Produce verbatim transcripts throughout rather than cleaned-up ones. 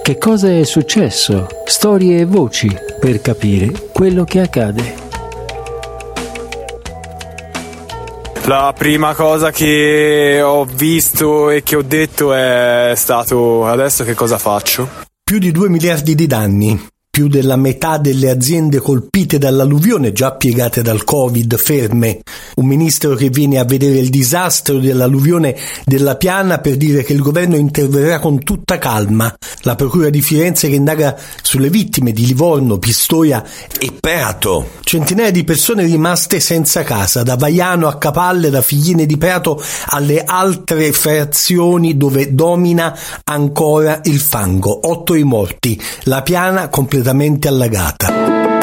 Che cosa è successo? Storie e voci per capire quello che accade. La prima cosa che ho visto e che ho detto è stato: adesso che cosa faccio? Più di due miliardi di danni. Più della metà delle aziende colpite dall'alluvione già piegate dal Covid ferme. Un ministro che viene a vedere il disastro dell'alluvione della Piana per dire che il governo interverrà con tutta calma. La procura di Firenze che indaga sulle vittime di Livorno, Pistoia e Prato. Centinaia di persone rimaste senza casa, da Vaiano a Capalle, da Figline di Prato alle altre frazioni dove domina ancora il fango. Otto i morti. La Piana completamente allagata.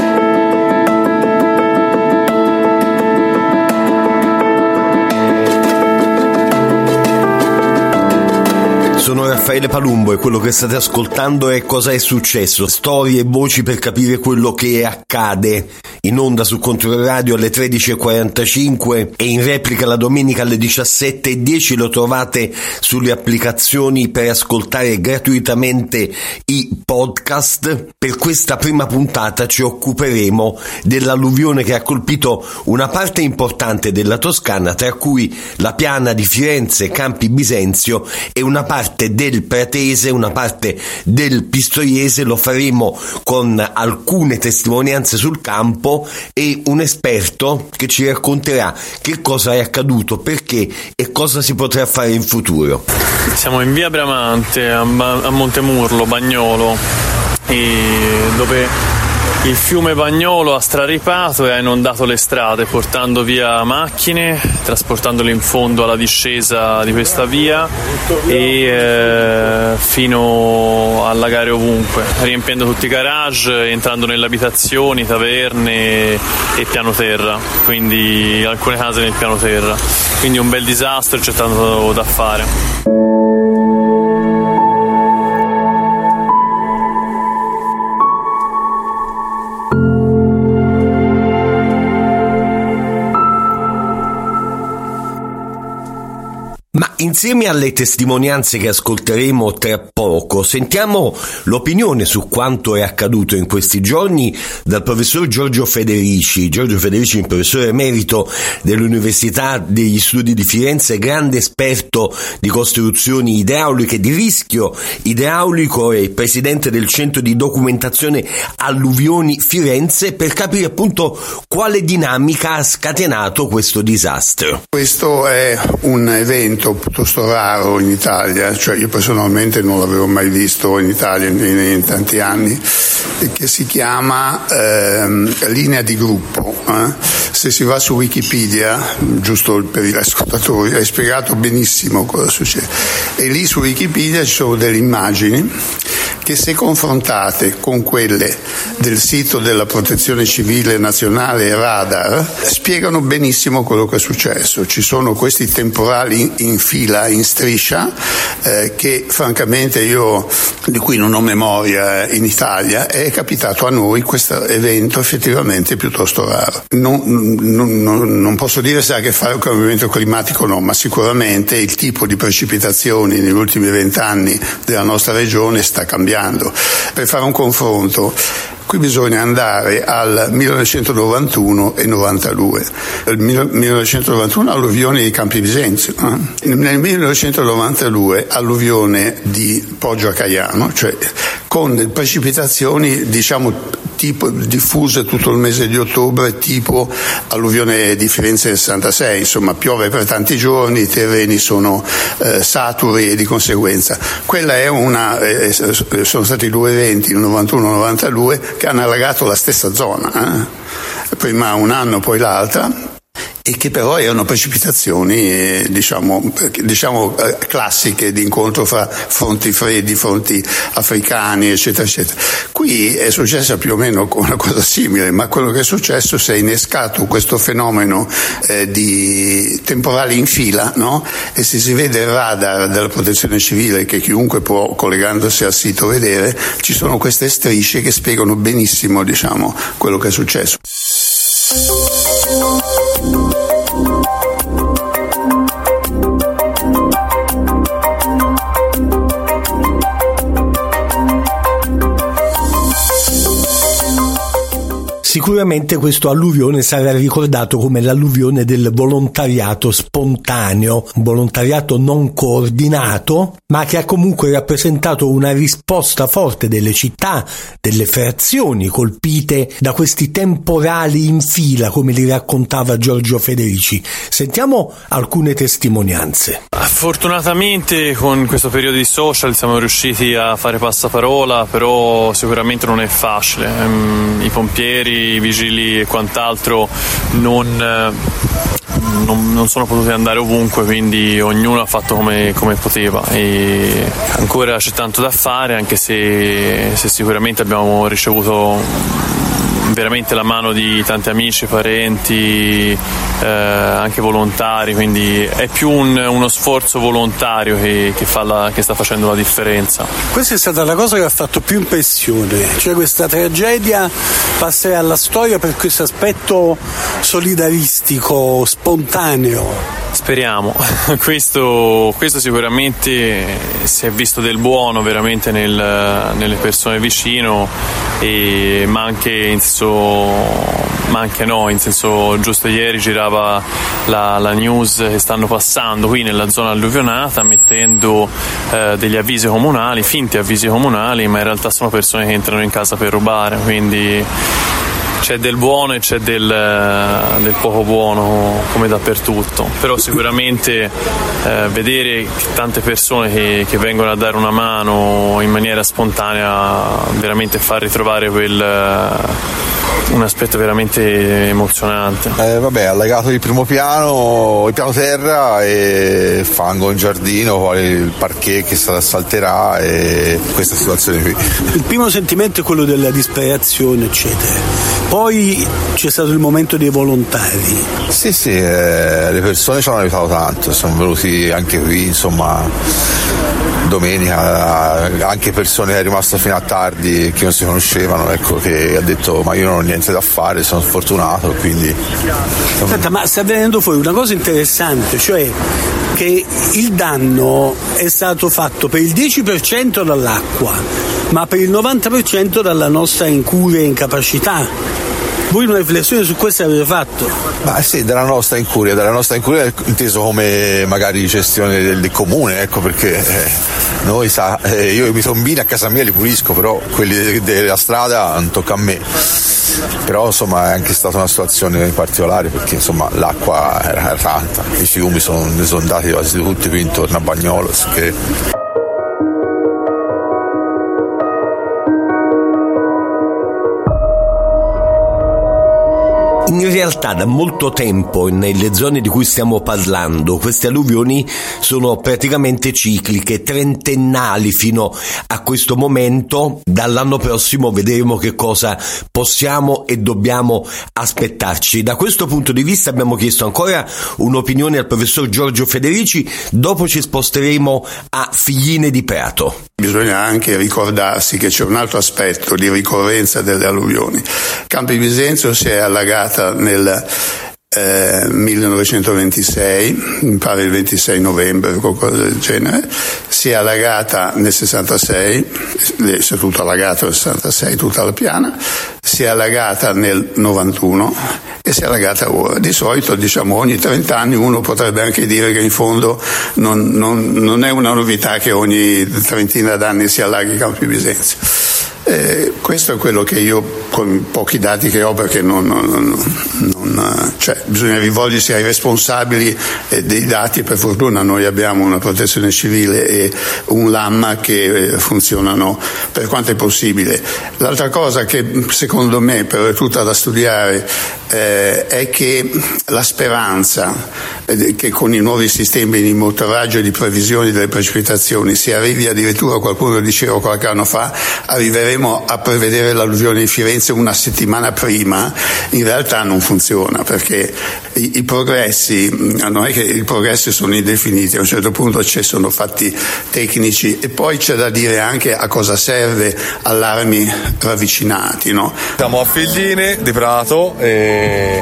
Sono Raffaele Palumbo e quello che state ascoltando è Cosa è successo? Storie e voci per capire quello che accade. In onda su Controradio alle tredici e quarantacinque e in replica la domenica alle diciassette e dieci. Lo trovate sulle applicazioni per ascoltare gratuitamente i podcast. Per questa prima puntata ci occuperemo dell'alluvione che ha colpito una parte importante della Toscana, tra cui la Piana di Firenze, Campi Bisenzio e una parte del Pratese, una parte del Pistoiese. Lo faremo con alcune testimonianze sul campo e un esperto che ci racconterà che cosa è accaduto, perché e cosa si potrà fare in futuro. Siamo in via Bramante a, a Montemurlo, Bagnolo, e dove il fiume Bagnolo ha straripato e ha inondato le strade, portando via macchine, trasportandole in fondo alla discesa di questa via e eh, fino a allagare ovunque, riempiendo tutti i garage, entrando nelle abitazioni, taverne e piano terra, quindi alcune case nel piano terra. Quindi un bel disastro, c'è tanto da fare. Ma insieme alle testimonianze che ascolteremo tra poco, sentiamo l'opinione su quanto è accaduto in questi giorni dal professor Giorgio Federici. Giorgio Federici, il professore emerito dell'Università degli Studi di Firenze, grande esperto di costruzioni idrauliche, di rischio idraulico, e presidente del Centro di Documentazione Alluvioni Firenze, per capire appunto quale dinamica ha scatenato questo disastro. Questo è un evento piuttosto raro in Italia, cioè io personalmente non l'avevo mai visto in Italia in, in tanti anni, che si chiama ehm, linea di gruppo. Eh? Se si va su Wikipedia, giusto per gli ascoltatori, è spiegato benissimo cosa succede, e lì su Wikipedia ci sono delle immagini che, se confrontate con quelle del sito della Protezione Civile Nazionale Radar, spiegano benissimo quello che è successo. Ci sono questi temporali in fila, in striscia, eh, che francamente io, di cui non ho memoria in Italia, è capitato a noi questo evento effettivamente piuttosto raro. Non, non, non, non posso dire se ha a che fare con il cambiamento climatico o no, ma sicuramente il tipo di precipitazioni negli ultimi vent'anni della nostra regione sta cambiando. Per fare un confronto, qui bisogna andare al millenovecentonovantuno e novantadue. Nel millenovecentonovantuno alluvione di Campi Bisenzio, eh? Nel millenovecentonovantadue alluvione di Poggio a Caiano, cioè con precipitazioni diciamo tipo diffuse tutto il mese di ottobre, tipo alluvione di Firenze del sessantasei, insomma piove per tanti giorni, i terreni sono eh, saturi e di conseguenza quella è una eh, sono stati due eventi, il novantuno novantadue, che hanno allagato la stessa zona, eh? prima un anno poi l'altra, e che però erano precipitazioni eh, diciamo, diciamo eh, classiche di incontro fra fronti freddi, fronti africani, eccetera eccetera. Qui è successa più o meno una cosa simile, ma quello che è successo, si è innescato questo fenomeno eh, di temporali in fila, no? E se si vede il radar della Protezione Civile, che chiunque può, collegandosi al sito, vedere, ci sono queste strisce che spiegano benissimo, diciamo, quello che è successo. sicuramente questo alluvione sarà ricordato come l'alluvione del volontariato spontaneo, un volontariato non coordinato, ma che ha comunque rappresentato una risposta forte delle città, delle frazioni colpite da questi temporali in fila, come li raccontava Giorgio Federici. Sentiamo alcune testimonianze. Fortunatamente con questo periodo di social siamo riusciti a fare passaparola, però sicuramente non è facile. I pompieri, i vigili e quant'altro non, non, non sono potuti andare ovunque, quindi ognuno ha fatto come, come poteva e ancora c'è tanto da fare, anche se, se sicuramente abbiamo ricevuto veramente la mano di tanti amici, parenti, eh, anche volontari, quindi è più un, uno sforzo volontario che, che, fa la, che sta facendo la differenza. Questa è stata la cosa che ha fatto più impressione, cioè questa tragedia passerà alla storia per questo aspetto solidaristico, spontaneo. Speriamo, questo, questo sicuramente si è visto del buono veramente nel, nelle persone vicino, e, ma anche in senso, ma anche no, in senso giusto ieri girava la, la news che stanno passando qui nella zona alluvionata mettendo eh, degli avvisi comunali, finti avvisi comunali, ma in realtà sono persone che entrano in casa per rubare, quindi c'è del buono e c'è del, del poco buono come dappertutto, però sicuramente eh, vedere tante persone che, che vengono a dare una mano in maniera spontanea veramente fa ritrovare quel un aspetto veramente emozionante. Eh, vabbè, allegato il primo piano, il piano terra e fango in giardino, poi il parquet che sta salterà e questa situazione qui. Il primo sentimento è quello della disperazione, eccetera. Poi c'è stato il momento dei volontari. Sì, sì, eh, le persone ci hanno aiutato tanto, sono venuti anche qui, insomma, domenica, anche persone che è rimasto fino a tardi che non si conoscevano, ecco, che ha detto ma io non ho niente da fare, sono sfortunato, quindi. Aspetta, ma sta venendo fuori una cosa interessante, cioè che il danno è stato fatto per il dieci per cento dall'acqua, ma per il novanta per cento dalla nostra incuria e incapacità. Voi una riflessione su questo avete fatto? Ma sì, della nostra incuria, della nostra incuria inteso come magari gestione del, del comune, ecco, perché eh, noi sa, eh, io i tombini a casa mia li pulisco, però quelli de, della strada non tocca a me. Però insomma è anche stata una situazione particolare perché insomma l'acqua era, era tanta, i fiumi sono esondati quasi tutti qui intorno a Bagnolo. Che... In realtà da molto tempo nelle zone di cui stiamo parlando queste alluvioni sono praticamente cicliche, trentennali fino a questo momento. Dall'anno prossimo vedremo che cosa possiamo e dobbiamo aspettarci. Da questo punto di vista abbiamo chiesto ancora un'opinione al professor Giorgio Federici, dopo ci sposteremo a Figline di Prato. Bisogna anche ricordarsi che c'è un altro aspetto di ricorrenza delle alluvioni. Campi Bisenzio si è allagata nel eh, millenovecentoventisei, mi pare il ventisei novembre o qualcosa del genere, si è allagata nel sessantasei, si è tutta allagata nel sessantasei, tutta la piana, si è allagata nel novantuno e si è allagata ora. Di solito, diciamo, ogni trent'anni uno potrebbe anche dire che in fondo non, non, non è una novità che ogni trentina d'anni si allaghi Campi Bisenzio. Eh, questo è quello che io, con pochi dati che ho, perché non, non, non, non cioè bisogna rivolgersi ai responsabili eh, dei dati. Per fortuna noi abbiamo una protezione civile e un LAM che eh, funzionano per quanto è possibile. L'altra cosa che secondo me però è tutta da studiare eh, è che la speranza eh, che con i nuovi sistemi di monitoraggio e di previsioni delle precipitazioni si arrivi addirittura, qualcuno diceva qualche anno fa, arriveremo a prevedere l'alluvione di Firenze una settimana prima. In realtà non funziona, perché i, i progressi non è che i progressi sono indefiniti, a un certo punto ci sono fatti tecnici e poi c'è da dire anche a cosa serve allarmi ravvicinati, no? Siamo a Figline di Prato e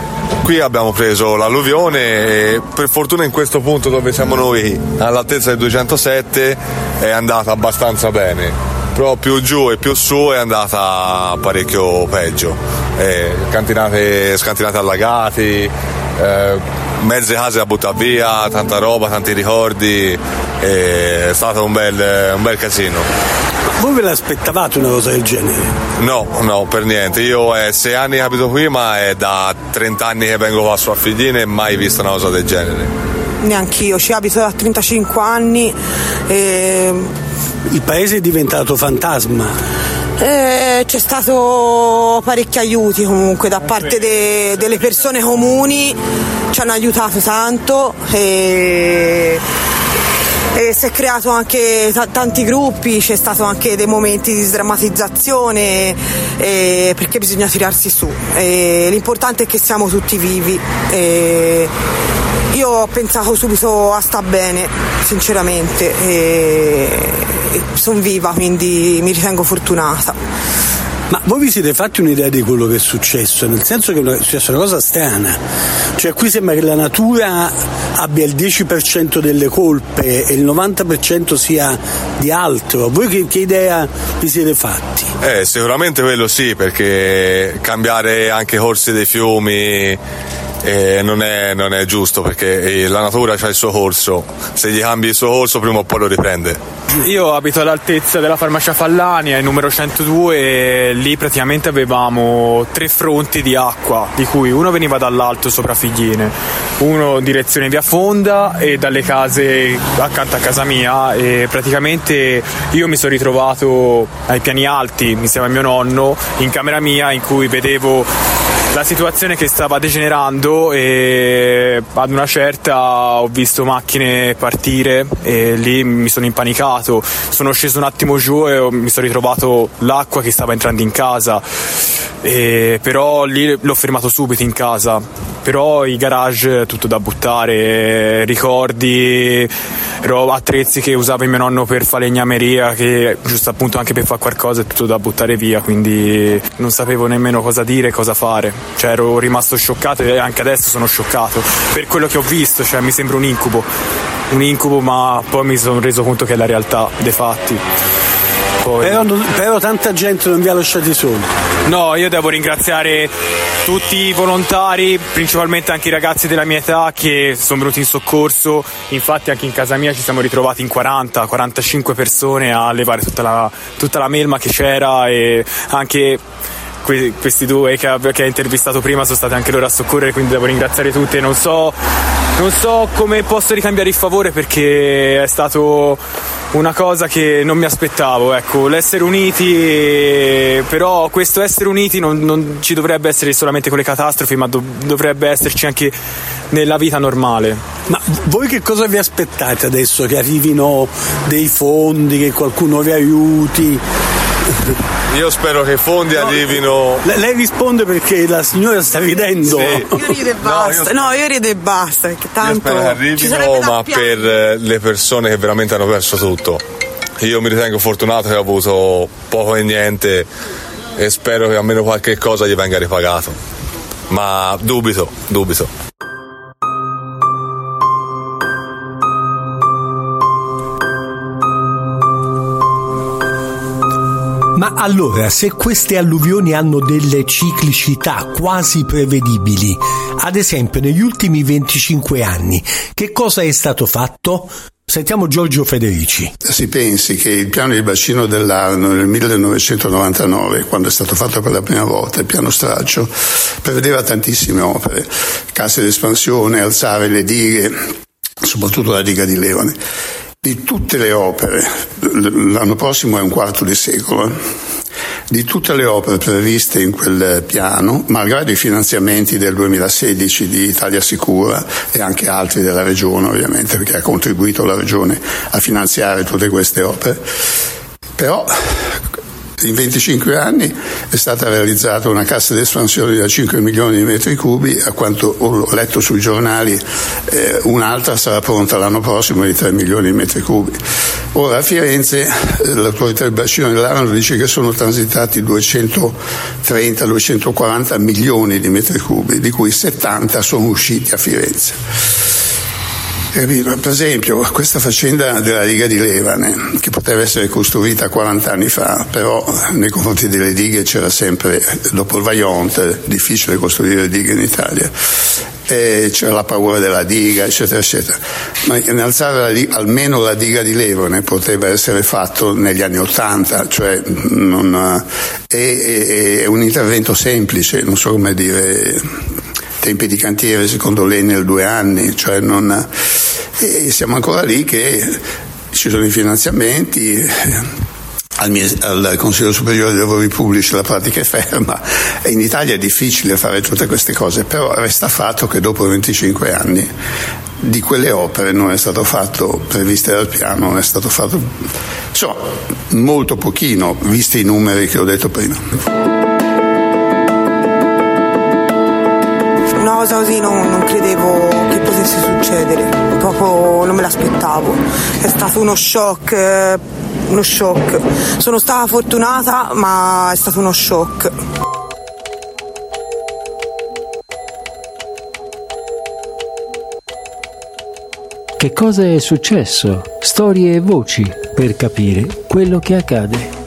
qui abbiamo preso l'alluvione e per fortuna in questo punto dove siamo noi all'altezza del duecentosette è andata abbastanza bene. però più giù e più su è andata parecchio peggio, eh, cantinate, scantinate allagati, eh, mezze case da buttare via, tanta roba, tanti ricordi, eh, è stato un bel, un bel casino. Voi ve l'aspettavate una cosa del genere? No, no, per niente. Io è sei anni che abito qui, ma è da trenta anni che vengo qua su a Figline e mai visto una cosa del genere. Neanch'io, ci abito da trentacinque anni. E... Il paese è diventato fantasma. Eh, c'è stato parecchi aiuti comunque da parte de, delle persone comuni, ci hanno aiutato tanto e... E si è creato anche t- tanti gruppi, c'è stato anche dei momenti di sdrammatizzazione, eh, perché bisogna tirarsi su. E l'importante è che siamo tutti vivi. E io ho pensato subito a sta bene, sinceramente, e sono viva, quindi mi ritengo fortunata. Ma voi vi siete fatti un'idea di quello che è successo? Nel senso che è successa una cosa strana, cioè qui sembra che la natura abbia il dieci per cento delle colpe e il novanta per cento sia di altro. Voi che, che idea vi siete fatti? Eh, sicuramente quello sì, perché cambiare anche i corsi dei fiumi eh, non, è, non è giusto, perché la natura ha il suo corso, se gli cambi il suo corso prima o poi lo riprende. Io abito all'altezza della farmacia Fallania, il numero centodue, e lì praticamente avevamo tre fronti di acqua, di cui uno veniva dall'alto sopra Figline, uno direzione via Fonda e dalle case accanto a casa mia, e praticamente io mi sono ritrovato ai piani alti insieme a mio nonno in camera mia, in cui vedevo la situazione che stava degenerando, e ad una certa ho visto macchine partire e lì mi sono impanicato. Sono sceso un attimo giù e mi sono ritrovato l'acqua che stava entrando in casa, e però lì l'ho fermato subito in casa. Però i garage tutto da buttare, ricordi, roba, attrezzi che usava mio nonno per falegnameria, che giusto appunto anche per fare qualcosa, è tutto da buttare via, quindi non sapevo nemmeno cosa dire, cosa fare, cioè ero rimasto scioccato e anche adesso sono scioccato per quello che ho visto, cioè mi sembra un incubo un incubo ma poi mi sono reso conto che è la realtà dei fatti. Poi... Però, però tanta gente non vi ha lasciati soli. No, io devo ringraziare tutti i volontari, principalmente anche i ragazzi della mia età che sono venuti in soccorso. Infatti anche in casa mia ci siamo ritrovati in quaranta quarantacinque persone a levare tutta la, tutta la melma che c'era, e anche que- questi due che ha, che ha intervistato prima sono stati anche loro a soccorrere, quindi devo ringraziare tutti. E non so, non so come posso ricambiare il favore, perché è stato una cosa che non mi aspettavo, ecco, l'essere uniti, però questo essere uniti non, non ci dovrebbe essere solamente con le catastrofi, ma do, dovrebbe esserci anche nella vita normale. Ma voi che cosa vi aspettate adesso? Che arrivino dei fondi, che qualcuno vi aiuti? Io spero che i fondi no, arrivino. Lei risponde perché la signora sta ridendo. Sì. Io rido e basta. No, io, no, io rido e basta. Perché tanto io spero che arrivino, ma per le persone che veramente hanno perso tutto. Io mi ritengo fortunato che ho avuto poco e niente, e spero che almeno qualche cosa gli venga ripagato. Ma dubito, dubito. Ma allora, se queste alluvioni hanno delle ciclicità quasi prevedibili, ad esempio negli ultimi venticinque anni, che cosa è stato fatto? Sentiamo Giorgio Federici. Si pensi che il piano di bacino dell'Arno nel millenovecentonovantanove, quando è stato fatto per la prima volta, il piano straccio, prevedeva tantissime opere, casse d'espansione, alzare le dighe, soprattutto la diga di Levane. Di tutte le opere, l'anno prossimo è un quarto di secolo, di tutte le opere previste in quel piano, malgrado i finanziamenti del duemilasedici di Italia Sicura e anche altri della Regione ovviamente, perché ha contribuito la Regione a finanziare tutte queste opere, però in venticinque anni è stata realizzata una cassa d'espansione da cinque milioni di metri cubi, a quanto ho letto sui giornali eh, un'altra sarà pronta l'anno prossimo di tre milioni di metri cubi. Ora a Firenze l'autorità del bacino dell'Arno dice che sono transitati duecentotrenta duecentoquaranta milioni di metri cubi, di cui settanta sono usciti a Firenze. Capito? Per esempio, questa faccenda della diga di Levane, che poteva essere costruita quaranta anni fa, però nei confronti delle dighe c'era sempre, dopo il Vajont, difficile costruire dighe in Italia, e c'era la paura della diga, eccetera, eccetera. Ma innalzare la diga, almeno la diga di Levane poteva essere fatto negli anni Ottanta, cioè non, è, è, è un intervento semplice, non so come dire. Tempi di cantiere secondo lei nel due anni, cioè non, e siamo ancora lì che ci sono i finanziamenti, al, mie, al Consiglio Superiore dei Lavori Pubblici la pratica è ferma e in Italia è difficile fare tutte queste cose, però resta fatto che dopo venticinque anni di quelle opere non è stato fatto, previste dal piano, non è stato fatto, insomma, molto pochino, visti i numeri che ho detto prima. Una cosa così non, non credevo che potesse succedere, proprio non me l'aspettavo, è stato uno shock, eh, uno shock. Sono stata fortunata, ma è stato uno shock. Che cosa è successo? Storie e voci per capire quello che accade.